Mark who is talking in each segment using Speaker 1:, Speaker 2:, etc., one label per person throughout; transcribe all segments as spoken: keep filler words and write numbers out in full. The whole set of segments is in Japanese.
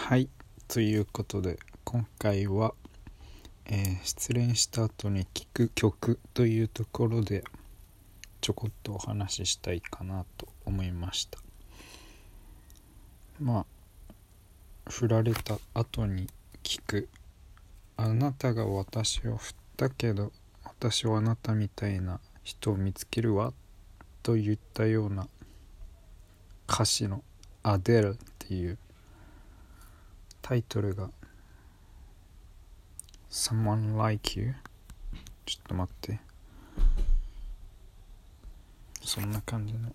Speaker 1: はい、ということで今回は、えー失恋した後に聴く曲というところでちょこっとお話ししたいかなと思いました。まあ振られた後に聴く、あなたが私を振ったけど私はあなたみたいな人を見つけるわといったような歌詞のアデルっていうタイトルが Someone Like You、 ちょっと待って、そんな感じの、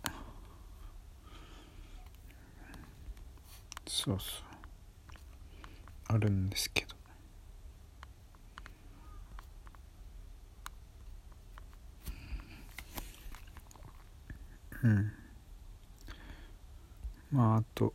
Speaker 1: そうそうあるんですけど、うんまああと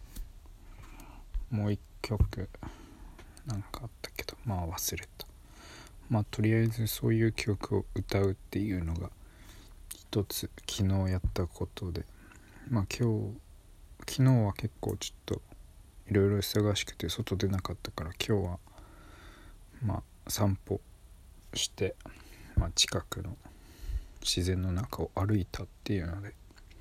Speaker 1: もう一曲なんかあったけどまあ忘れた。まあとりあえずそういう曲を歌うっていうのが一つ昨日やったことで、まあ今日昨日は結構ちょっといろいろ忙しくて外出なかったから、今日はまあ散歩して、まあ、近くの自然の中を歩いたっていうので、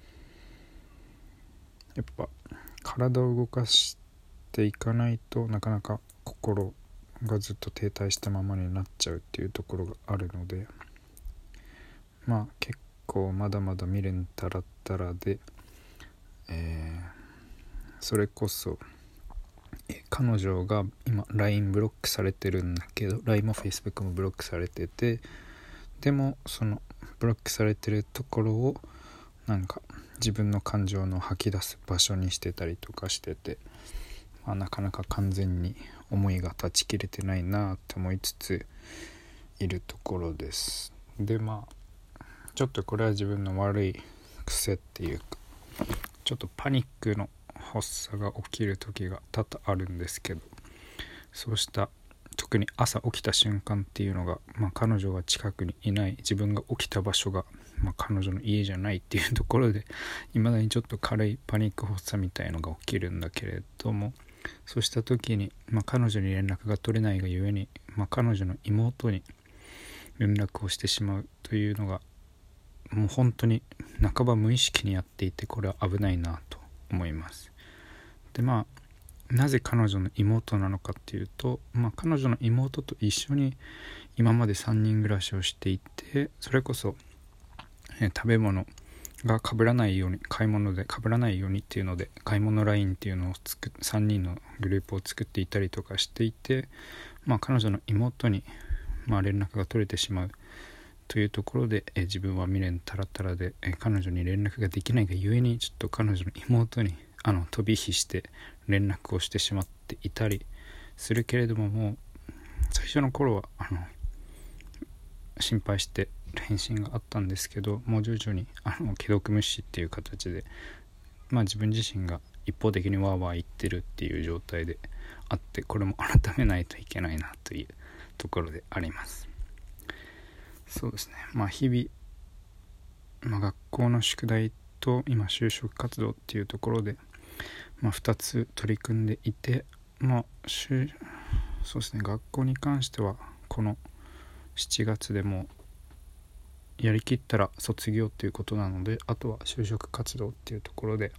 Speaker 1: やっぱ体を動かしていかないとなかなか心がずっと停滞したままになっちゃうっていうところがあるので、まあ結構まだまだ未練たらったらで、えーそれこそ彼女が今 ライン ブロックされてるんだけど、 ライン も Facebook もブロックされてて、でもそのブロックされてるところをなんか自分の感情の吐き出す場所にしてたりとかしてて、まあ、なかなか完全に思いが断ち切れてないなって思いつついるところです。でまあちょっとこれは自分の悪い癖っていうか、ちょっとパニックの発作が起きる時が多々あるんですけど、そうした特に朝起きた瞬間っていうのが、まあ、彼女が近くにいない、自分が起きた場所が、まあ、彼女の家じゃないっていうところでいまだにちょっと軽いパニック発作みたいのが起きるんだけれども、そうした時に、まあ、彼女に連絡が取れないがゆえに、まあ、彼女の妹に連絡をしてしまうというのがもう本当に半ば無意識にやっていて、これは危ないなと思います。でまあなぜ彼女の妹なのかっていうと、まあ、彼女の妹と一緒に今までさんにん暮らしをしていて、それこそ、えー食べ物が被らないように、買い物で被らないようにっていうので買い物ラインっていうのを作っさんにんのグループを作っていたりとかしていて、まあ、彼女の妹に、まあ、連絡が取れてしまうというところで、えー自分は未練たらたらで、えー彼女に連絡ができないがゆえに、ちょっと彼女の妹にあの飛び火して連絡をしてしまっていたりするけれども、もう最初の頃はあの心配して返信があったんですけど、もう徐々にあの既読無視っていう形で、まあ自分自身が一方的にワーワー言ってるっていう状態であって、これも改めないといけないなというところであります。そうですね、まあ日々、まあ、学校の宿題と今就職活動っていうところで、まあ、ふたつ取り組んでいて、まあそうですね、学校に関してはこのしちがつでもうやりきったら卒業っていうことなので、あとは就職活動っていうところで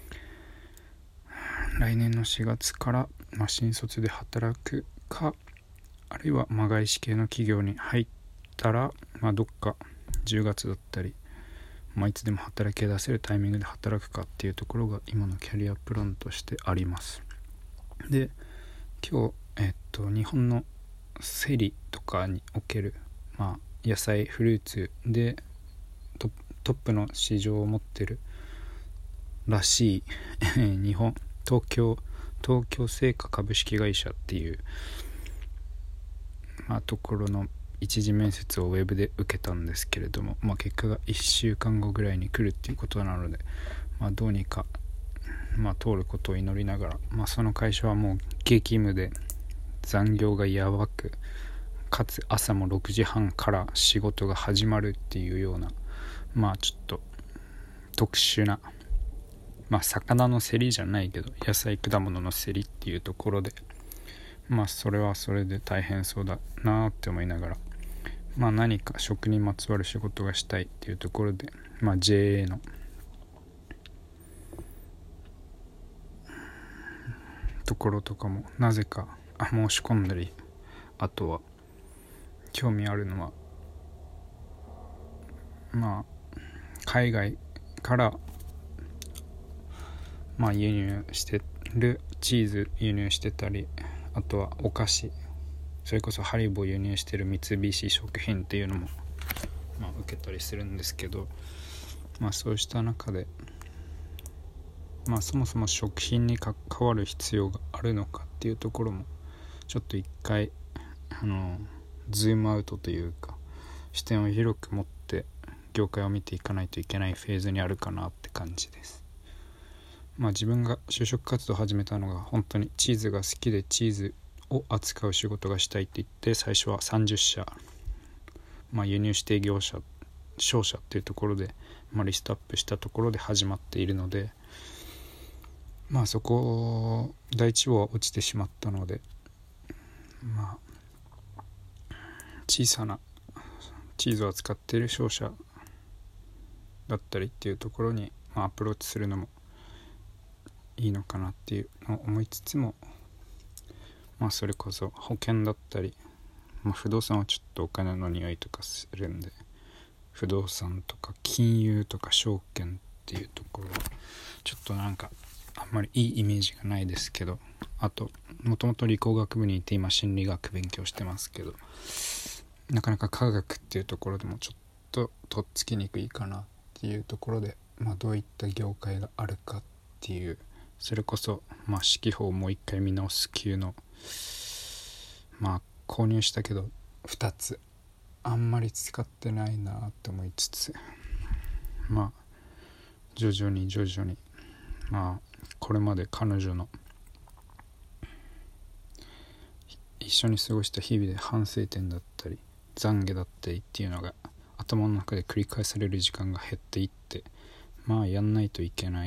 Speaker 1: 来年のしがつから、まあ、新卒で働くか、あるいはまあ外資系の企業に入ったら、まあ、どっかじゅうがつだったり、まあ、いつでも働き出せるタイミングで働くかっていうところが今のキャリアプランとしてあります。で今日、えっと、日本のセリとかにおける、まあ、野菜フルーツで ト, トップの市場を持ってるらしい日本東京東京製菓株式会社っていう、まあ、ところの一次面接をウェブで受けたんですけれども、まあ、結果がいっしゅうかんごぐらいに来るっていうことなので、まあ、どうにか、まあ、通ることを祈りながら、まあ、その会社はもう激務で残業がやばく、かつ朝もろくじはんから仕事が始まるっていうような、まあちょっと特殊なまあ魚の競りじゃないけど野菜果物の競りっていうところで、まあそれはそれで大変そうだなって思いながら、まあ何か食にまつわる仕事がしたいっていうところで、まあ ジェーエー のところとかもなぜか申し込んだり、あとは興味あるのはまあ海外からまあ輸入してるチーズ輸入してたり、あとはお菓子、それこそハリボー輸入してる三菱食品っていうのもまあ受けたりするんですけど、まあそうした中でまあそもそも食品に関わる必要があるのかっていうところもちょっと一回あのズームアウトというか視点を広く持って業界を見ていかないといけないフェーズにあるかなって感じです。まあ自分が就職活動を始めたのが本当にチーズが好きでチーズを扱う仕事がしたいって言って最初はさんじゅっしゃ、まあ、輸入指定業者商社っていうところで、まあ、リストアップしたところで始まっているので、まあそこ第一号は落ちてしまったので、まあ小さなチーズを扱っている商社だったりっていうところに、まあ、アプローチするのもいいのかなっていうのを思いつつも、まあそれこそ保険だったり、まあ、不動産はちょっとお金の匂いとかするんで、不動産とか金融とか証券っていうところはちょっとなんかあんまりいいイメージがないですけど、あともともと理工学部にいて今心理学勉強してますけど、なかなか科学っていうところでもちょっととっつきにくいかなっていうところで、まあ、どういった業界があるかっていう、それこそまあ指揮法をもう一回見直す級のまあ購入したけどふたつあんまり使ってないなって思いつつ、まあ徐々に徐々にまあこれまで彼女の一緒に過ごした日々で反省点だったり懺悔だったりっていうのが頭の中で繰り返される時間が減っていって、まあやんないといけない、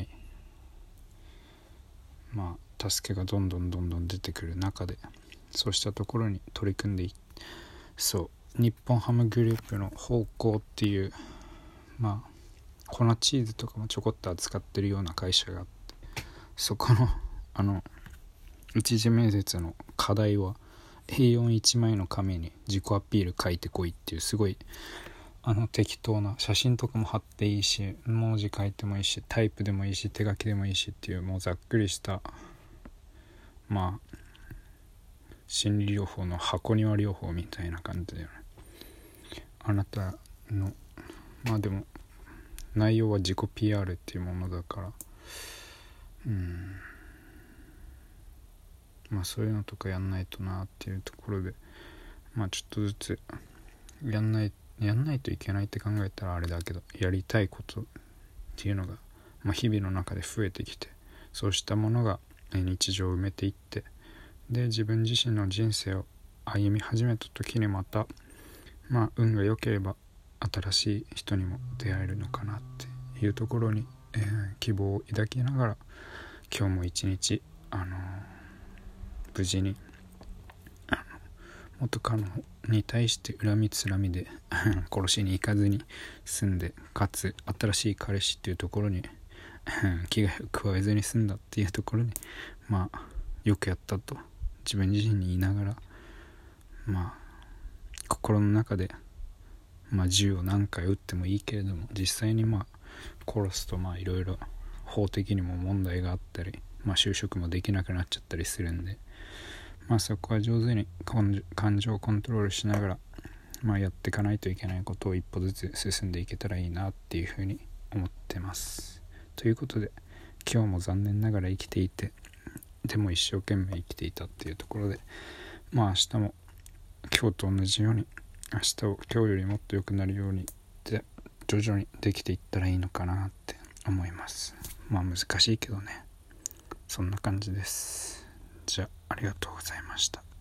Speaker 1: まあ助けがどんどんどんどん出てくる中で、そうしたところに取り組んでいって、そう日本ハムグループの方向っていう、まあ粉チーズとかもちょこっと扱ってるような会社があって、そこのあの一次面接の課題は エーよんいち 枚の紙に自己アピール書いてこいっていう、すごいあの適当な写真とかも貼っていいし、文字書いてもいいし、タイプでもいいし、手書きでもいいしっていう、もうざっくりしたまあ心理療法の箱庭療法みたいな感じだよね。あなたのまあでも内容は自己 ピーアール っていうものだから、うんまあそういうのとかやんないとなっていうところで、まあちょっとずつやんないやんないといけないって考えたらあれだけど、やりたいことっていうのが、まあ、日々の中で増えてきて、そうしたものが日常を埋めていって、で自分自身の人生を歩み始めた時にまたまあ運が良ければ新しい人にも出会えるのかなっていうところに、えー、希望を抱きながら今日も一日あのー、無事にあの元カノに対して恨みつらみで殺しに行かずに済んで、かつ新しい彼氏っていうところに危害を加えずに済んだっていうところに、まあよくやったと自分自身に言いながら、まあ心の中でまあ銃を何回撃ってもいいけれども、実際にまあ殺すとまあいろいろ法的にも問題があったり、まあ就職もできなくなっちゃったりするんで、まあそこは上手に感情をコントロールしながら、まあやっていかないといけないことを一歩ずつ進んでいけたらいいなっていうふうに思ってます。ということで今日も残念ながら生きていて、でも一生懸命生きていたっていうところで、まあ明日も今日と同じように明日を今日よりもっと良くなるようにで徐々にできていったらいいのかなって思います。まあ難しいけどね、そんな感じです。じゃあありがとうございました。